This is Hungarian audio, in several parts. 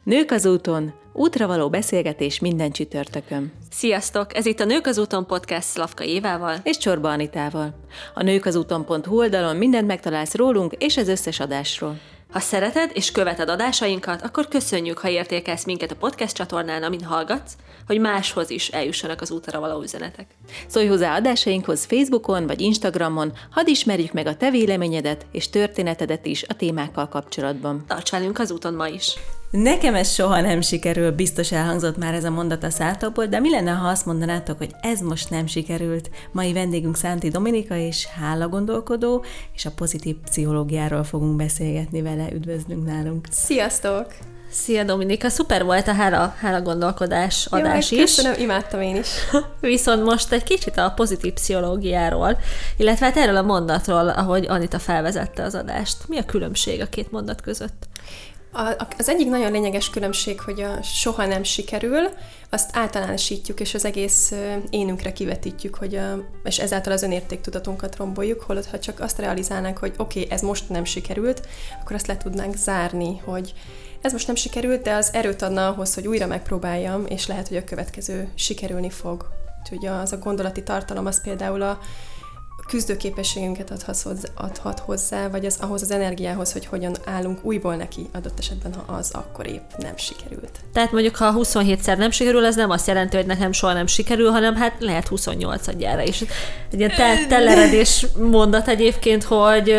Nők az úton, útra való beszélgetés minden csütörtökön. Sziasztok! Ez itt a Nők az úton podcast Szlavka Évával és Csorba Anitával. A nőkazúton.hu oldalon mindent megtalálsz rólunk és az összes adásról. Ha szereted és követed adásainkat, akkor köszönjük, ha értékelsz minket a podcast csatornán, amin hallgatsz, hogy máshoz is eljussanak az útra való üzenetek. Szólj hozzá adásainkhoz Facebookon vagy Instagramon, hadd ismerjük meg a te véleményedet és történetedet is a témákkal kapcsolatban. Tarts velünk az úton ma is! Nekem ez soha nem sikerül, biztos elhangzott már ez a mondat a szátokból, de mi lenne, ha azt mondanátok, hogy ez most nem sikerült? Mai vendégünk Szánti Dominika és hálagondolkodó, és a pozitív pszichológiáról fogunk beszélgetni vele. Üdvözlünk nálunk! Sziasztok! Szia Dominika, szuper volt a hálagondolkodás adás is. Köszönöm, imádtam én is. Viszont most egy kicsit a pozitív pszichológiáról, illetve hát erről a mondatról, ahogy Anita felvezette az adást. Mi a különbség a két mondat között? Az egyik nagyon lényeges különbség, hogy a soha nem sikerül, azt általánosítjuk, és az egész énünkre kivetítjük, és ezáltal az önértéktudatunkat romboljuk, holott ha csak azt realizálnánk, hogy oké, ez most nem sikerült, akkor azt le tudnánk zárni, hogy ez most nem sikerült, de az erőt adna ahhoz, hogy újra megpróbáljam, és lehet, hogy a következő sikerülni fog. Úgyhogy az a gondolati tartalom az például a küzdőképességünket adhat hozzá, vagy ahhoz az energiához, hogy hogyan állunk újból neki adott esetben, ha az akkor épp nem sikerült. Tehát mondjuk, ha 27-szer nem sikerül, az nem azt jelenti, hogy nekem soha nem sikerül, hanem hát lehet 28-adjára is. Egy ilyen telleredés mondat egyébként, hogy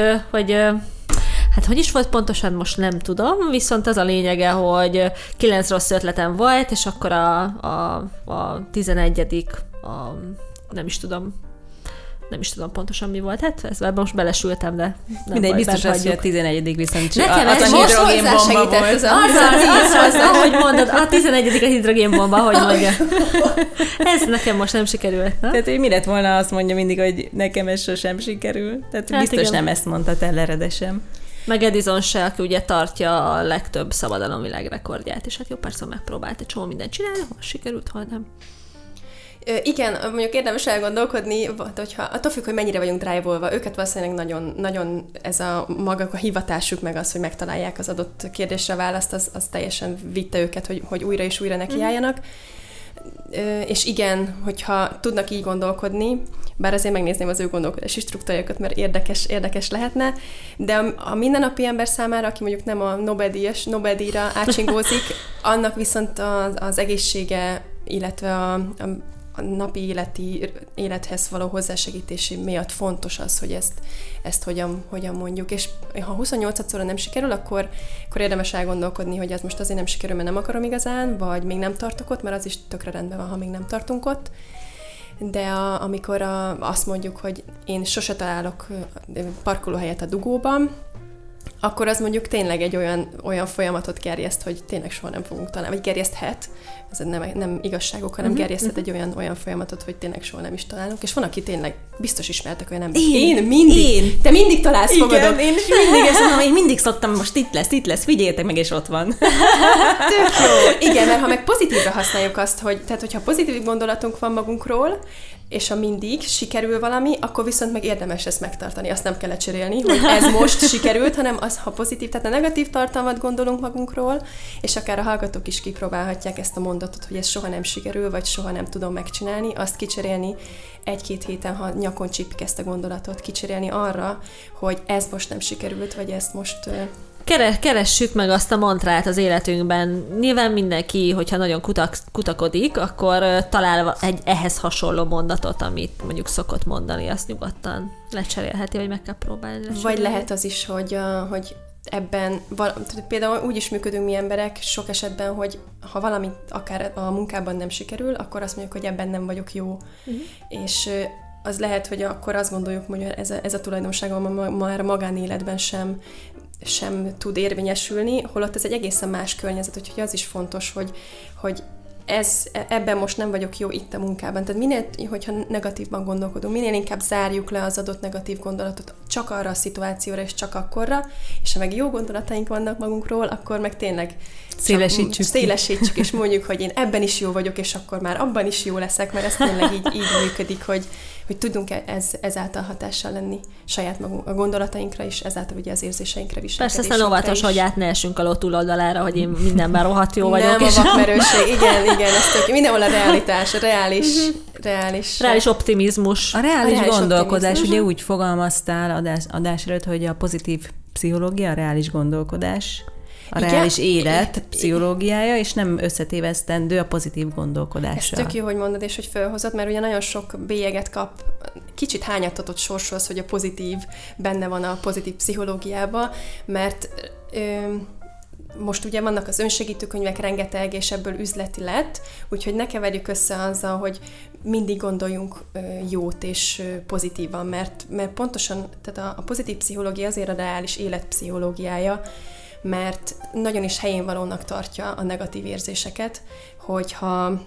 hát hogy is volt pontosan, most nem tudom, viszont az a lényege, hogy 9 rossz ötletem volt, és akkor a 11. Nem is tudom pontosan mi volt, hát ezzel most belesültem, de mindegy, biztos az, hogy a 11. viszont nekem az a hidrogénbomba volt. Az, ahogy mondod, a 11. a hidrogénbomba, hogy mondja. Ez nekem most nem sikerült. Na? Tehát, hogy mi lett volna, azt mondja mindig, hogy nekem ez sosem sikerül. Tehát hát biztos igen. Nem ezt mondta telleredesem. Meg Edison se, aki ugye tartja a legtöbb szabadalom világrekordját, és hát jó, persze megpróbált egy csomó mindent csinálni, hol sikerült, hol nem. Igen, mondjuk érdemes elgondolkodni, hogyha attól függ, hogy mennyire vagyunk drive-olva. Őket valószínűleg nagyon, nagyon ez a maga a hivatásuk, meg az, hogy megtalálják az adott kérdésre a választ, az teljesen vitte őket, hogy újra és újra nekiálljanak. És igen, hogyha tudnak így gondolkodni, bár azért megnézném az ő gondolkodási struktúrájukat, mert érdekes lehetne, de a mindennapi ember számára, aki mondjuk nem a Nobel-díjra átsingózik, annak viszont az egészsége, illetve a napi élethez való hozzásegítési miatt fontos az, hogy ezt hogyan mondjuk. És ha 28-szorra nem sikerül, akkor érdemes elgondolkodni, hogy ez most azért nem sikerül, mert nem akarom igazán, vagy még nem tartok ott, mert az is tökre rendben van, ha még nem tartunk ott. De amikor azt mondjuk, hogy én sose találok parkolóhelyet a dugóban, akkor az mondjuk tényleg egy olyan folyamatot gerjeszt, hogy tényleg soha nem fogunk találni, vagy gerjeszthet, ez nem igazságok, hanem gerjeszthet egy olyan folyamatot, hogy tényleg soha nem is találunk, és van, aki tényleg biztos ismertek olyan embert. Én mindig! Te mindig találsz, igen, fogadok. Én mindig szoktam, most itt lesz, figyeljetek meg, és ott van. Tök jó! Igen, mert ha meg pozitívra használjuk azt, tehát hogyha pozitív gondolatunk van magunkról, és ha mindig sikerül valami, akkor viszont meg érdemes ezt megtartani. Azt nem kell lecserélni, hogy ez most sikerült, hanem az, ha pozitív, tehát a negatív tartalmat gondolunk magunkról, és akár a hallgatók is kipróbálhatják ezt a mondatot, hogy ez soha nem sikerül, vagy soha nem tudom megcsinálni, azt kicserélni 1-2 héten, ha nyakon csípik ezt a gondolatot, kicserélni arra, hogy ez most nem sikerült, vagy ezt most... Keressük meg azt a mantrát az életünkben. Nyilván mindenki, hogyha nagyon kutakodik, akkor talál egy ehhez hasonló mondatot, amit mondjuk szokott mondani, azt nyugodtan lecserélheti, vagy meg kell próbálni. Vagy lehet az is, hogy ebben, például úgy is működünk mi emberek sok esetben, hogy ha valami akár a munkában nem sikerül, akkor azt mondjuk, hogy ebben nem vagyok jó. És az lehet, hogy akkor azt gondoljuk, hogy ez a tulajdonságom már a magánéletben sem tud érvényesülni, holott ez egy egészen más környezet, úgyhogy az is fontos, hogy ebben most nem vagyok jó itt a munkában. Tehát minél, hogyha negatívban gondolkodunk, minél inkább zárjuk le az adott negatív gondolatot csak arra a szituációra és csak akkorra, és ha meg jó gondolataink vannak magunkról, akkor meg tényleg szélesítsük és mondjuk, hogy én ebben is jó vagyok, és akkor már abban is jó leszek, mert ez tényleg így működik, hogy tudunk ezáltal hatással lenni saját magunk a gondolatainkra is, ezáltal ugye az érzéseinkre, viselkedésünkre. Persze, aztán óvatos, hogy át ne essünk a ló túloldalára, hogy én mindenben rohadt jó vagyok. Nem a vakmerőség, igen, ez tök, mindenhol a realitás, a reális optimizmus. A reális gondolkodás, ugye úgy fogalmaztál adás előtt, hogy a pozitív pszichológia, a reális gondolkodás, a reális élet pszichológiája, és nem összetévesztendő a pozitív gondolkodással. Ez tök jó, hogy mondod, és hogy felhozod, mert ugye nagyon sok bélyeget kap, kicsit hányattatott sorsolsz, hogy a pozitív benne van a pozitív pszichológiában, mert most ugye vannak az önsegítőkönyvek rengeteg, és ebből üzleti lett, úgyhogy ne keverjük össze azzal, hogy mindig gondoljunk jót és pozitívan, mert pontosan tehát a pozitív pszichológia azért a reális élet pszichológiája, mert nagyon is helyén valónak tartja a negatív érzéseket, ha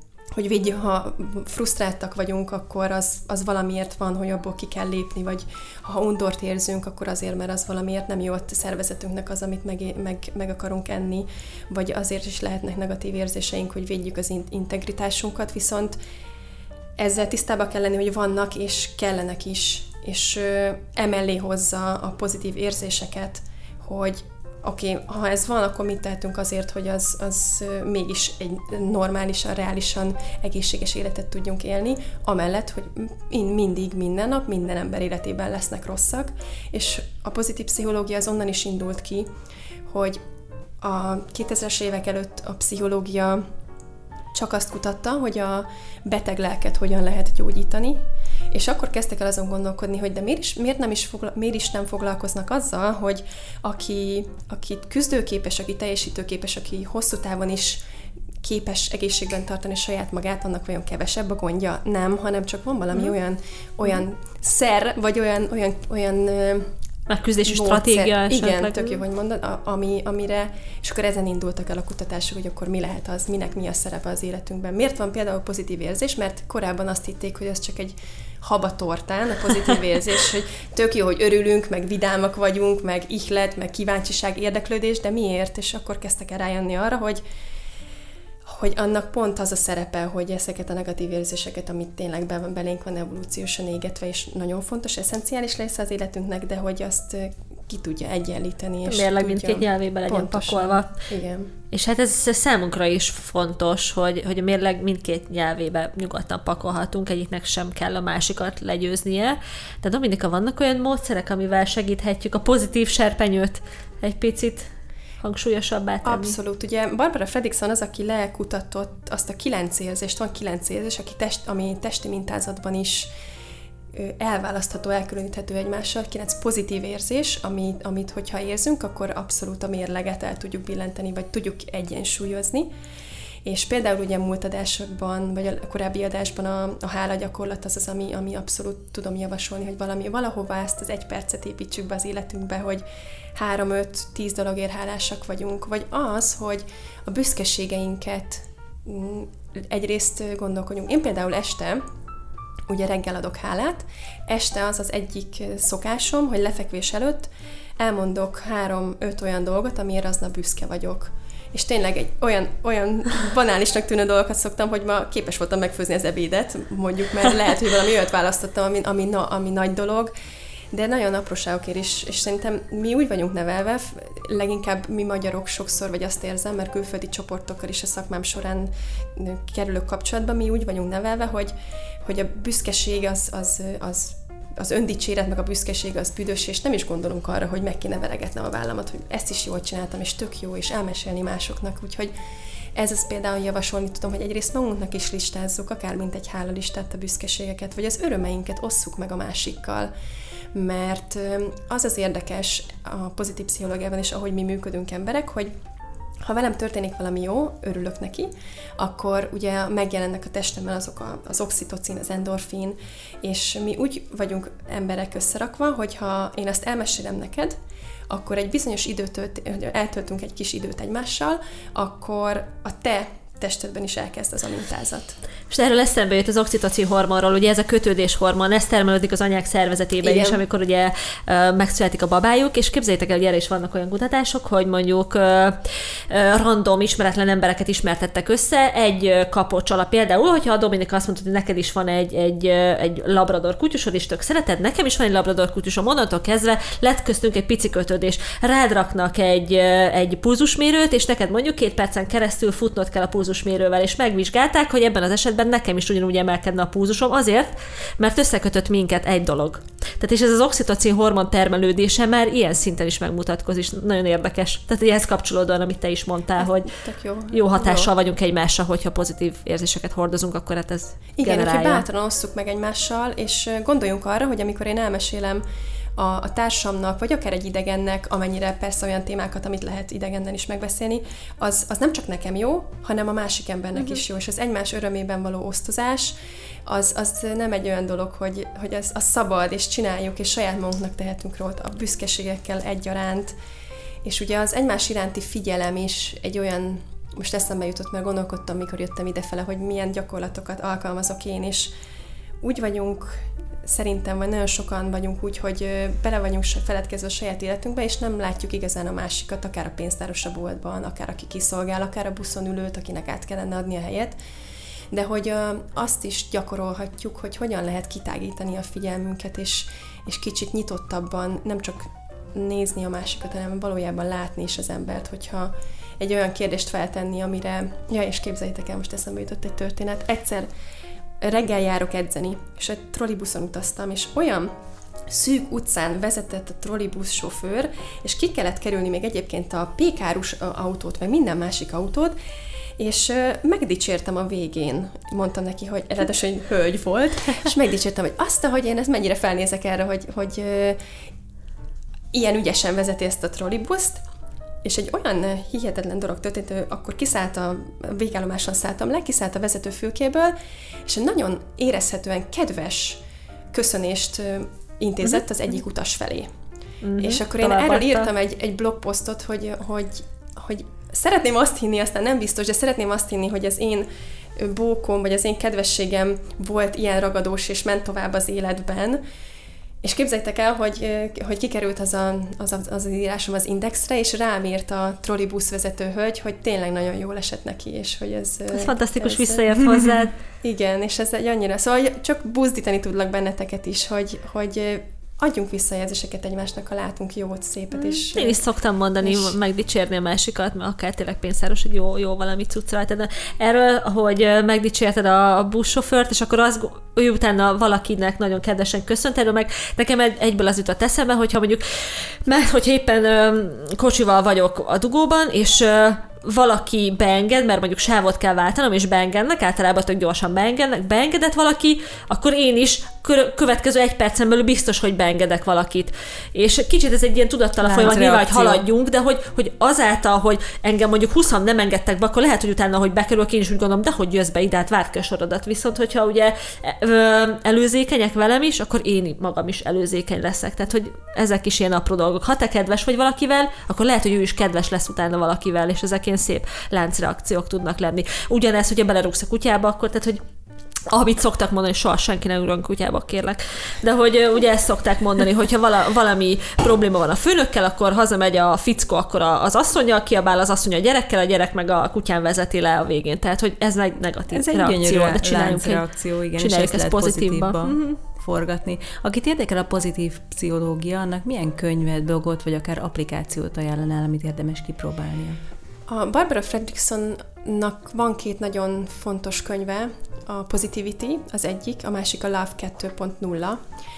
frusztráltak vagyunk, akkor az valamiért van, hogy abból ki kell lépni, vagy ha undort érzünk, akkor azért, mert az valamiért nem jó a szervezetünknek az, amit meg akarunk enni, vagy azért is lehetnek negatív érzéseink, hogy védjük az integritásunkat, viszont ezzel tisztában kell lenni, hogy vannak és kellenek is, és emellé hozza a pozitív érzéseket, hogy oké, ha ez van, akkor mit tehetünk azért, hogy az mégis egy normálisan, reálisan egészséges életet tudjunk élni, amellett, hogy mindig, minden nap, minden ember életében lesznek rosszak, és a pozitív pszichológia az onnan is indult ki, hogy a 2000-es évek előtt a pszichológia csak azt kutatta, hogy a beteg lelket hogyan lehet gyógyítani, és akkor kezdtek el azon gondolkodni, hogy de miért is nem foglalkoznak azzal, hogy aki küzdőképes, aki teljesítőképes, aki hosszú távon is képes egészségben tartani saját magát, annak olyan kevesebb a gondja? Nem, hanem csak van valami olyan szer, vagy olyan megküzdési stratégia esetleg. Igen, tök jó, hogy mondod, amire, és akkor ezen indultak el a kutatások, hogy akkor mi lehet az, minek mi a szerepe az életünkben. Miért van például pozitív érzés? Mert korábban azt hitték, hogy ez csak egy haba tortán, a pozitív érzés, hogy tök jó, hogy örülünk, meg vidámak vagyunk, meg ihlet, meg kíváncsiság, érdeklődés, de miért? És akkor kezdtek el rájönni arra, hogy annak pont az a szerepe, hogy ezeket a negatív érzéseket, amit tényleg belénk van evolúciósan égetve, és nagyon fontos, eszenciális lesz az életünknek, de hogy azt ki tudja egyenlíteni. És mérleg mindkét nyelvébe legyen pontosan pakolva. Igen. És hát ez számunkra is fontos, hogy a mérleg mindkét nyelvébe nyugodtan pakolhatunk, egyiknek sem kell a másikat legyőznie. De Dominika, vannak olyan módszerek, amivel segíthetjük a pozitív serpenyőt egy picit hangsúlyosabbá tenni? Abszolút. Ugye Barbara Fredrickson az, aki lekutatott azt a 9 érzést, van 9 érzés, ami testi mintázatban is elválasztható, elkülöníthető egymással, 9 pozitív érzés, amit hogyha érzünk, akkor abszolút a mérleget el tudjuk billenteni, vagy tudjuk egyensúlyozni. És például ugye múlt adásokban, vagy a korábbi adásban a hála gyakorlat az, ami abszolút tudom javasolni, hogy valahova ezt az 1 percet építsük be az életünkbe, hogy 3-5-10 dologért hálásak vagyunk, vagy az, hogy a büszkeségeinket egyrészt gondolkodjunk. Én például este, ugye reggel adok hálát, este az egyik szokásom, hogy lefekvés előtt elmondok 3-5 olyan dolgot, amiért aznap büszke vagyok. És tényleg egy olyan banálisnak tűnő dolgokat szoktam, hogy ma képes voltam megfőzni az ebédet, mondjuk, mert lehet, hogy valami olyat választottam, ami nagy dolog, de nagyon apróságokért is, és szerintem mi úgy vagyunk nevelve, leginkább mi magyarok sokszor, vagy azt érzem, mert külföldi csoportokkal is a szakmám során kerülök kapcsolatba, mi úgy vagyunk nevelve, hogy a büszkeség az öndicséret, meg a büszkeség az büdös, és nem is gondolunk arra, hogy meg kéne veregetnem a vállamat, hogy ezt is jól csináltam, és tök jó, és elmesélni másoknak, úgyhogy ez az például javasolni tudom, hogy egyrészt magunknak is listázzuk, akár mint egy hálalistát a büszkeségeket, vagy az örömeinket osszuk meg a másikkal, mert az érdekes a pozitív pszichológiában is, ahogy mi működünk emberek, hogy ha velem történik valami jó, örülök neki, akkor ugye megjelennek a testemben azok az oxitocin, az endorfin, és mi úgy vagyunk emberek összerakva, hogyha én ezt elmesélem neked, akkor egy bizonyos időt eltöltünk egy kis időt egymással, akkor a te testedben is elkezd az a mintázat. És erről eszembe jött az oxitocin hormonról, ugye ez a kötődéshormon, ez termelődik az anyák szervezetében Igen. is, amikor ugye megszületik a babájuk, és képzeljétek el, hogy erre is vannak olyan kutatások, hogy mondjuk random, ismeretlen embereket ismertettek össze egy kapocsal. Például, hogyha a Dominika azt mondta, hogy neked is van egy labrador kutyusod, és tök szereted, nekem is van egy labrador kutyusom, onnantól kezdve lett köztünk egy pici kötődés. Rád raknak egy pulzusmérőt, és neked mondjuk 2 percen keresztül futnod kell a pulzusmérővel, és megvizsgálták, hogy ebben az esetben nekem is ugyanúgy emelkedne a pulzusom azért, mert összekötött minket egy dolog. Tehát és ez az oxitocin hormon termelődése már ilyen szinten is megmutatkozik, és nagyon érdekes. Tehát ehhez kapcsolódóan, amit te is mondtál, hogy jó hatással vagyunk egymásra, hogyha pozitív érzéseket hordozunk, akkor hát ez igen, generálja. úgyhogy bátran osszuk meg egymással, és gondoljunk arra, hogy amikor én elmesélem a társamnak, vagy akár egy idegennek, amennyire persze olyan témákat, amit lehet idegennel is megbeszélni, az nem csak nekem jó, hanem a másik embernek is jó, és az egymás örömében való osztozás, az nem egy olyan dolog, hogy az szabad, és csináljuk, és saját magunknak tehetünk róla a büszkeségekkel egyaránt, és ugye az egymás iránti figyelem is egy olyan, most eszembe jutott, mert gondolkodtam, mikor jöttem idefele, hogy milyen gyakorlatokat alkalmazok én is. Úgy vagyunk, szerintem, vagy nagyon sokan vagyunk úgy, hogy bele vagyunk feledkezve a saját életünkbe, és nem látjuk igazán a másikat, akár a pénztáros a boltban, akár aki kiszolgál, akár a buszon ülőt, akinek át kellene adni a helyet, de hogy azt is gyakorolhatjuk, hogy hogyan lehet kitágítani a figyelmünket, és kicsit nyitottabban nem csak nézni a másikat, hanem valójában látni is az embert, hogyha egy olyan kérdést feltenni, amire, és képzeljétek el, most eszembe jutott egy történet, egyszer reggel járok edzeni, és egy trollibuszon utaztam, és olyan szűk utcán vezetett a trollibusz sofőr, és ki kellett kerülni még egyébként a pékárus autót, meg minden másik autót, és megdicsértem a végén. Mondtam neki, hogy ráadásul egy hölgy volt, és megdicsértem, hogy azt, hogy én ezt mennyire felnézek erre, hogy ilyen ügyesen vezeti ezt a trollibuszt, és egy olyan hihetetlen dolog történt, hogy akkor kiszállt a végállomáson szálltam le, kiszállt a vezetőfülkéből, és egy nagyon érezhetően kedves köszönést intézett az egyik utas felé. És akkor én erről írtam egy blogposztot, hogy szeretném azt hinni, aztán nem biztos, de szeretném azt hinni, hogy az én bókom, vagy az én kedvességem volt ilyen ragadós, és ment tovább az életben. És képzeljétek el, hogy kikerült az írásom az Indexre, és rám írt a trollibusz vezető hölgy, hogy tényleg nagyon jól esett neki, és hogy ez fantasztikus, visszajött hozzád. Igen, és ez egy annyira, szóval csak buzdítani tudlak benneteket is, hogy adjunk visszajelzéseket egymásnak, ha látunk jót, szépet. És én is szoktam mondani, megdicsérni a másikat, mert akár tényleg pénztáros, hogy jó valami cuccra. De erről, hogy megdicsérted a buszsofőrt, és akkor ő utána valakinek nagyon kedvesen köszönt, erről meg nekem egyből az jutott eszembe, hogyha mondjuk, mert hogyha éppen kocsival vagyok a dugóban, és valaki beenged, mert mondjuk sávot kell váltanom, és beengednek, általában tök gyorsan beengedett valaki, akkor én is következő 1 percen belül biztos, hogy beengedek valakit. És kicsit ez egy ilyen tudattalan folyamat, nyilván, hogy haladjunk, de hogy azáltal, hogy engem mondjuk 20-an nem engedtek be, akkor lehet, hogy utána, hogy bekerülök, én is úgy gondolom, de hogy jössz be ide, hát várd ki a sorodat. Viszont, hogyha ugye előzékenyek velem is, akkor én magam is előzékeny leszek. Tehát, hogy ezek is ilyen apró dolgok. Ha te kedves vagy valakivel, akkor lehet, hogy ő is kedves lesz utána valakivel, és ezek ilyen szép láncreakciók tudnak lenni. Ugyanez, hogyha belerúgsz a kutyába, akkor tehát, hogy amit szoktak mondani, soha senki ne ugrjon kutyába, kérlek. De hogy ugye ezt szokták mondani, hogyha valami probléma van a főnökkel, akkor hazamegy a fickó, akkor az asszonnyal kiabál, az asszony a gyerekkel, a gyerek meg a kutyán vezeti le a végén. Tehát, hogy ez egy negatív ez egy reakció. De csináljunk reakció, igen, és ezt lehet pozitívba forgatni. Akit érdekel a pozitív pszichológia, annak milyen könyvet, blogot, vagy akár applikációt ajánlanál, amit érdemes kipróbálnia? A Barbara Fredricksonnak van 2 nagyon fontos könyve, a Positivity az egyik, a másik a Love 2.0,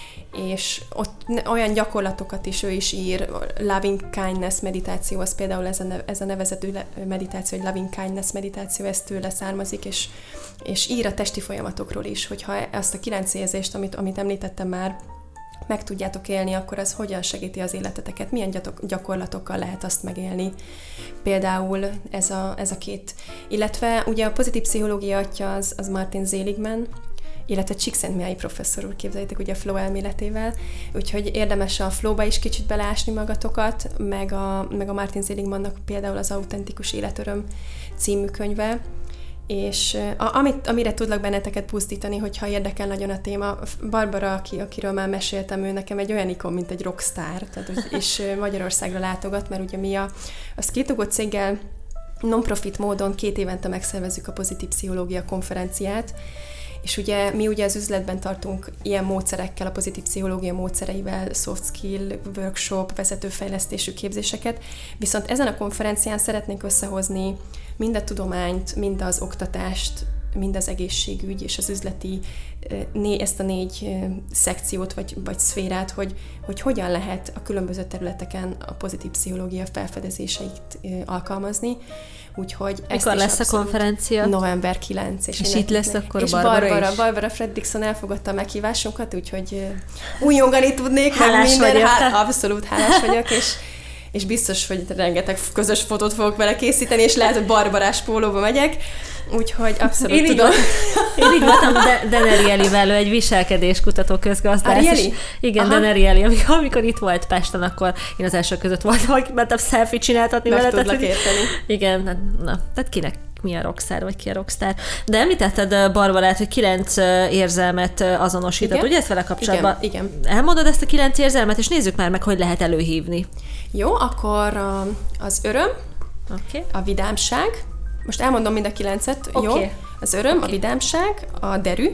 és ott olyan gyakorlatokat is ő is ír, Loving Kindness meditáció, az például ez a nevezetű meditáció, egy Loving Kindness meditáció, ez tőle származik, és ír a testi folyamatokról is, hogyha ezt a 9 érzést, amit említettem már, meg tudjátok élni, akkor az hogyan segíti az életeteket, milyen gyakorlatokkal lehet azt megélni. Például ez a 2. Illetve ugye a pozitív pszichológia atya az Martin Seligman, illetve Csíkszentmihalyi professzor úr, képzeljétek, ugye a flow elméletével, úgyhogy érdemes a flowba is kicsit beleásni magatokat, meg a Martin Seligmannak például az Autentikus életöröm című könyve, És amire tudlak benneteket pusztítani, hogyha érdekel nagyon a téma, Barbara, akiről már meséltem, ő nekem egy olyan ikon, mint egy rockstar, és Magyarországra látogat, mert ugye mi a Skate2Go céggel non-profit módon 2 évente megszervezzük a pozitív pszichológia konferenciát, és ugye mi az üzletben tartunk ilyen módszerekkel, a pozitív pszichológia módszereivel, soft skill, workshop, vezetőfejlesztésű képzéseket, viszont ezen a konferencián szeretnénk összehozni mind a tudományt, mind az oktatást, mind az egészségügy és az üzleti, ezt a 4 szekciót vagy szférát, hogy hogyan lehet a különböző területeken a pozitív pszichológia felfedezéseit alkalmazni. Úgyhogy mikor lesz a konferencia? November 9. És itt lesz akkor és Barbara Fredrickson elfogadta a meghívásunkat, úgyhogy újongani tudnék, hálás meg minden. vagyok. Abszolút hálás vagyok, és biztos, hogy rengeteg közös fotót fogok vele készíteni, és lehet, hogy barbarás pólóba megyek, úgyhogy abszolút tudom. Én így voltam Deneri Elivel, ő egy viselkedéskutató közgazdász. Arieli? Igen, Deneri Eli. Amikor itt volt Pesten, akkor én az első között voltam, hogy mentem selfie csináltatni vele. Meg tudlak érteni. Igen, tehát kinek mi a rockstar, vagy ki a rockstar. De említetted, Barbarát, hogy 9 érzelmet azonosított, ugye ezt vele kapcsolatban? Igen. Elmondod ezt a 9 érzelmet, és nézzük már meg, hogy lehet előhívni. Jó, akkor az öröm, a vidámság, most elmondom mind a 9-et, jó? Az öröm, a vidámság, a derű,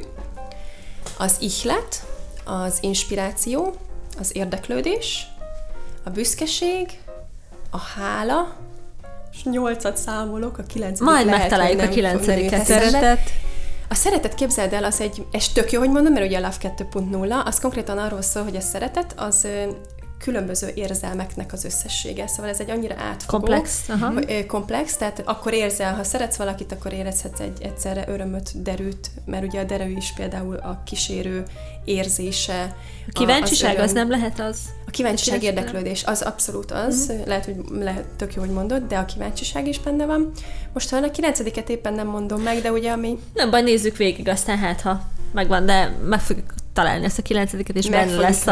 az ihlet, az inspiráció, az érdeklődés, a büszkeség, a hála, és 8-at számolok, a 9. Majd megtaláljuk a 9-et. Szeretet. A szeretet, képzeld el, ez tök jó, hogy mondom, mert ugye a Love 2.0, az konkrétan arról szól, hogy a szeretet az különböző érzelmeknek az összessége. Szóval ez egy annyira átfogó. Komplex, tehát akkor érzel, ha szeretsz valakit, akkor érezhetsz egyszerre örömöt, derűt, mert ugye a derű is például a kísérő érzése. A kíváncsiság az nem lehet az? A kíváncsiság, érdeklődés, az abszolút az. Lehet tök jó, hogy mondod, de a kíváncsiság is benne van. Most talán a 9-et éppen nem mondom meg, de ugye ami... Nem baj, nézzük végig, aztán ha megvan, de meg fogjuk találni ezt a 9-et, és benne lesz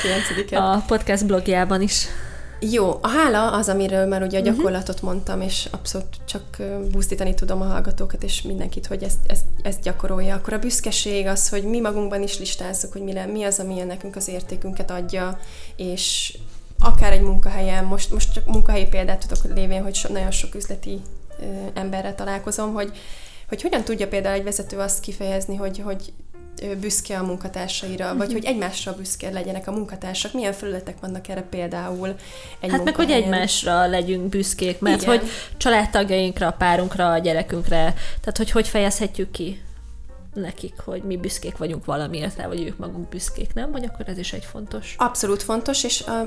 a podcast blogjában is. Jó, a hála az, amiről már ugye a gyakorlatot mondtam, és abszolút csak buzdítani tudom a hallgatókat, és mindenkit, hogy ezt gyakorolja. Akkor a büszkeség az, hogy mi magunkban is listázzuk, hogy mi az, ami nekünk az értékünket adja, és akár egy munkahelyen, most csak munkahelyi példát tudok lévén, hogy nagyon sok üzleti emberrel találkozom, hogy hogyan tudja például egy vezető azt kifejezni, hogy büszke a munkatársaira, vagy hogy egymásra büszke legyenek a munkatársak. Milyen felületek vannak erre például egy Hát meg, hogy egymásra legyünk büszkék, mert hogy családtagjainkra, a párunkra, a gyerekünkre, tehát hogy fejezhetjük ki nekik, hogy mi büszkék vagyunk valamiért rá, vagy ők magunk büszkék, nem? Vagy akkor ez is egy fontos? Abszolút fontos,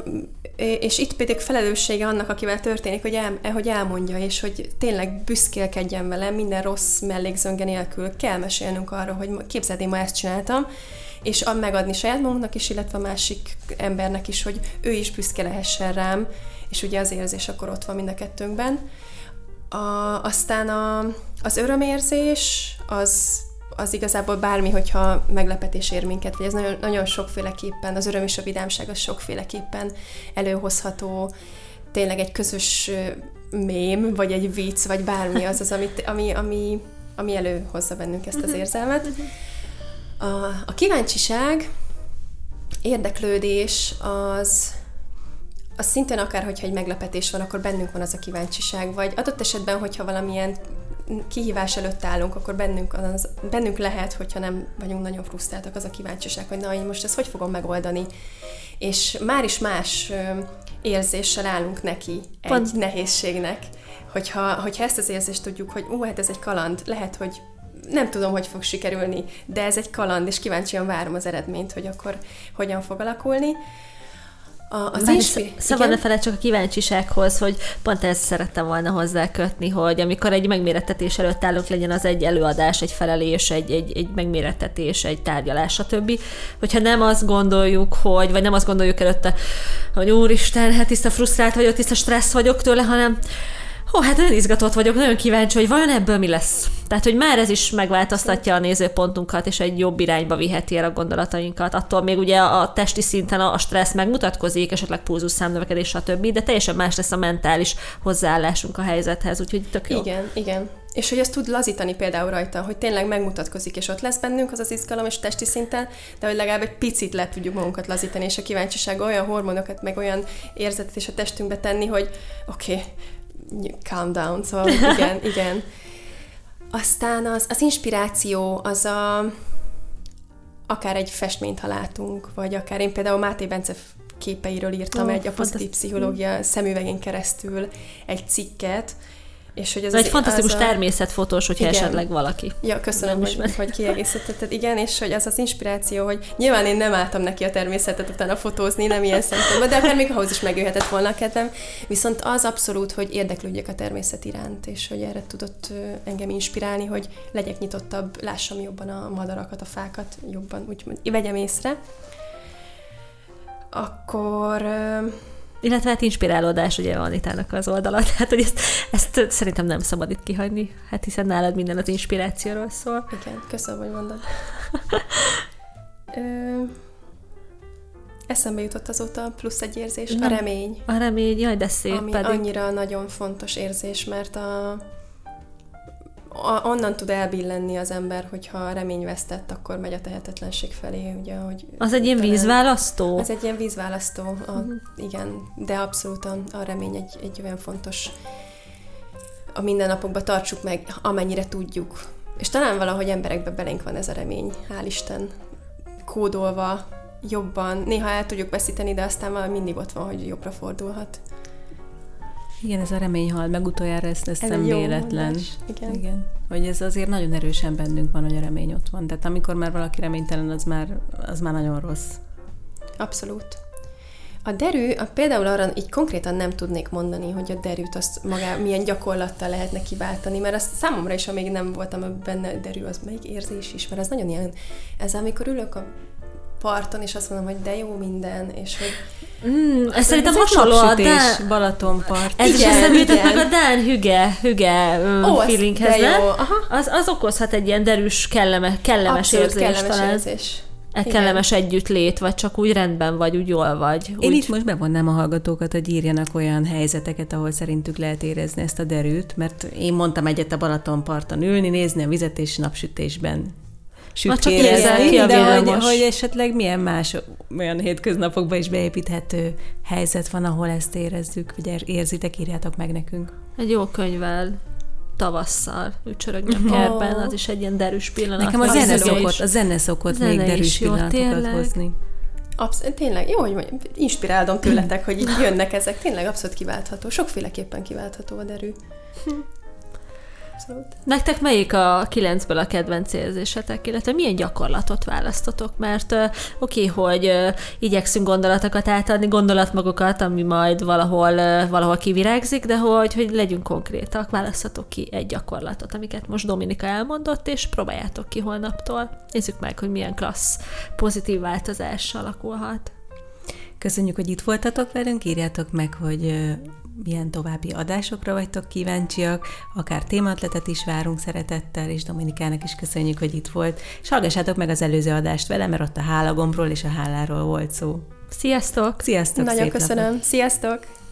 és itt pedig felelőssége annak, akivel történik, hogy elmondja, és hogy tényleg büszkélkedjen vele, minden rossz mellékzönge nélkül. Kell mesélnünk arról, hogy képzeld, én ma ezt csináltam, és megadni saját magunknak is, illetve a másik embernek is, hogy ő is büszke lehessen rám, és ugye az érzés akkor ott van mind a kettőnkben. Aztán az örömérzés, az igazából bármi, hogyha meglepetés ér minket, vagy ez nagyon, nagyon sokféleképpen, az öröm és a vidámság az sokféleképpen előhozható, tényleg egy közös mém, vagy egy vicc, vagy bármi az, ami előhozza bennünk ezt az érzelmet. A kíváncsiság, érdeklődés, az szintén akár, hogyha egy meglepetés van, akkor bennünk van az a kíváncsiság, vagy adott esetben, hogyha valamilyen kihívás előtt állunk, akkor bennünk lehet, hogyha nem vagyunk nagyon frusztráltak, az a kíváncsiság, hogy na, én most ezt hogy fogom megoldani. És már is más érzéssel állunk neki egy nehézségnek, hogyha ezt az érzést tudjuk, hogy hát ez egy kaland, lehet, hogy nem tudom, hogy fog sikerülni, de ez egy kaland, és kíváncsian várom az eredményt, hogy akkor hogyan fog alakulni. Szóval ne feled csak a kíváncsisághoz, hogy pont ezt szerettem volna hozzá kötni, hogy amikor egy megmérettetés előtt állunk, legyen az egy előadás, egy felelés, egy megmérettetés, egy tárgyalás, stb. Hogyha nem azt gondoljuk, vagy nem azt gondoljuk előtte, hogy úristen, hát tiszta frusztrált vagyok, tiszta stressz vagyok tőle, hanem hát nagyon izgatott vagyok, nagyon kíváncsi, hogy vajon ebből mi lesz. Tehát, hogy már ez is megváltoztatja a nézőpontunkat, és egy jobb irányba viheti el a gondolatainkat. Attól még ugye a testi szinten a stressz megmutatkozik, esetleg pulzusszámnövekedés, stb., de teljesen más lesz a mentális hozzáállásunk a helyzethez, úgyhogy tök jó. Igen. És hogy ezt tud lazítani például rajta, hogy tényleg megmutatkozik, és ott lesz bennünk az izgalom és testi szinten, de hogy legalább egy picit le tudjuk magunkat lazítani, és a kíváncsiság olyan hormonokat, meg olyan érzetet is a testünkbe tenni, hogy oké, calm down, szóval igen. Aztán az inspiráció, az akár egy festményt, ha látunk, vagy akár én például Máté Bence képeiről írtam a pozitív pszichológia szemüvegén keresztül egy cikket, és hogy ez egy fantasztikus természetfotós, hogyha esetleg valaki. Ja, köszönöm, hogy kiegészítetted, igen, és hogy az inspiráció, hogy nyilván én nem álltam neki a természetet utána fotózni, nem ilyen szempontból, de akár még ahhoz is megjöhetett volna a kedvem, viszont az abszolút, hogy érdeklődjek a természet iránt, és hogy erre tudott engem inspirálni, hogy legyek nyitottabb, lássam jobban a madarakat, a fákat, jobban úgymond vegyem észre. Akkor... Illetve hát inspirálódás ugye Anitának az oldala, tehát hogy ezt szerintem nem szabad itt kihagyni, hát hiszen nálad minden az inspirációról szól. Igen, köszönöm, hogy mondod. Eszembe jutott azóta plusz egy érzés, a remény. A remény, jaj, de szép ami pedig. Annyira nagyon fontos érzés, mert onnan tud elbillenni az ember, hogyha a remény vesztett, akkor megy a tehetetlenség felé. Ugye, hogy az egy ilyen vízválasztó? Az egy ilyen vízválasztó, igen, de abszolút a remény egy olyan fontos, a mindennapokban tartsuk meg, amennyire tudjuk. És talán valahogy emberekben belénk van ez a remény, hál' Isten, kódolva, jobban, néha el tudjuk veszíteni, de aztán már mindig ott van, hogy jobbra fordulhat. Igen, ez a remény hal meg utoljára, ezt nem véletlen. Igen. Hogy ez azért nagyon erősen bennünk van, hogy a remény ott van. Tehát amikor már valaki reménytelen, az már nagyon rossz. Abszolút. A derű, például arra így konkrétan nem tudnék mondani, hogy a derűt azt milyen gyakorlattal lehetne kiváltani, mert az számomra is, amíg nem voltam benne derű, az melyik érzés is, mert ez nagyon ilyen, ez amikor ülök a parton, és azt mondom, hogy de jó minden, és hogy... Ez szerintem hasonló a Dán... Balatonpart. Ez is eszembe jutott meg a Dán hüge feelinghez, nem? Az okozhat egy ilyen derűs, kellemes érzés talán. Kellemes együttlét, vagy csak úgy rendben vagy, úgy jól vagy. Én itt most bevonnám a hallgatókat, hogy írjanak olyan helyzeteket, ahol szerintük lehet érezni ezt a derűt, mert én mondtam egyet a Balatonparton ülni, nézni a vizet és napsütésben sütkérezni, de hogy esetleg milyen más olyan hétköznapokban is beépíthető helyzet van, ahol ezt érezzük, vagy érzitek, írjátok meg nekünk. Egy jó könyvvel tavasszal ücsörögni a kertben, az is egy ilyen derűs pillanat. Nekem a zene szokott még derűs pillanatokat hozni. Tényleg, jó, hogy inspirálom tőletek, hogy itt jönnek ezek. Tényleg abszolút kiváltható. Sokféleképpen kiváltható a derű. Abszolút. Nektek melyik a 9-ből a kedvenc érzésetek, illetve milyen gyakorlatot választotok? Mert oké, hogy igyekszünk gondolatokat átadni, gondolatmagokat, ami majd valahol kivirágzik, de hogy legyünk konkrétak, választatok ki egy gyakorlatot, amiket most Dominika elmondott, és próbáljátok ki holnaptól. Nézzük meg, hogy milyen klassz, pozitív változás alakulhat. Köszönjük, hogy itt voltatok velünk, írjátok meg, hogy milyen további adásokra vagytok kíváncsiak, akár témaötletet is várunk szeretettel, és Dominikának is köszönjük, hogy itt volt, és hallgassátok meg az előző adást vele, mert ott a hálagombról és a háláról volt szó. Sziasztok! Sziasztok! Nagyon köszönöm! Sziasztok!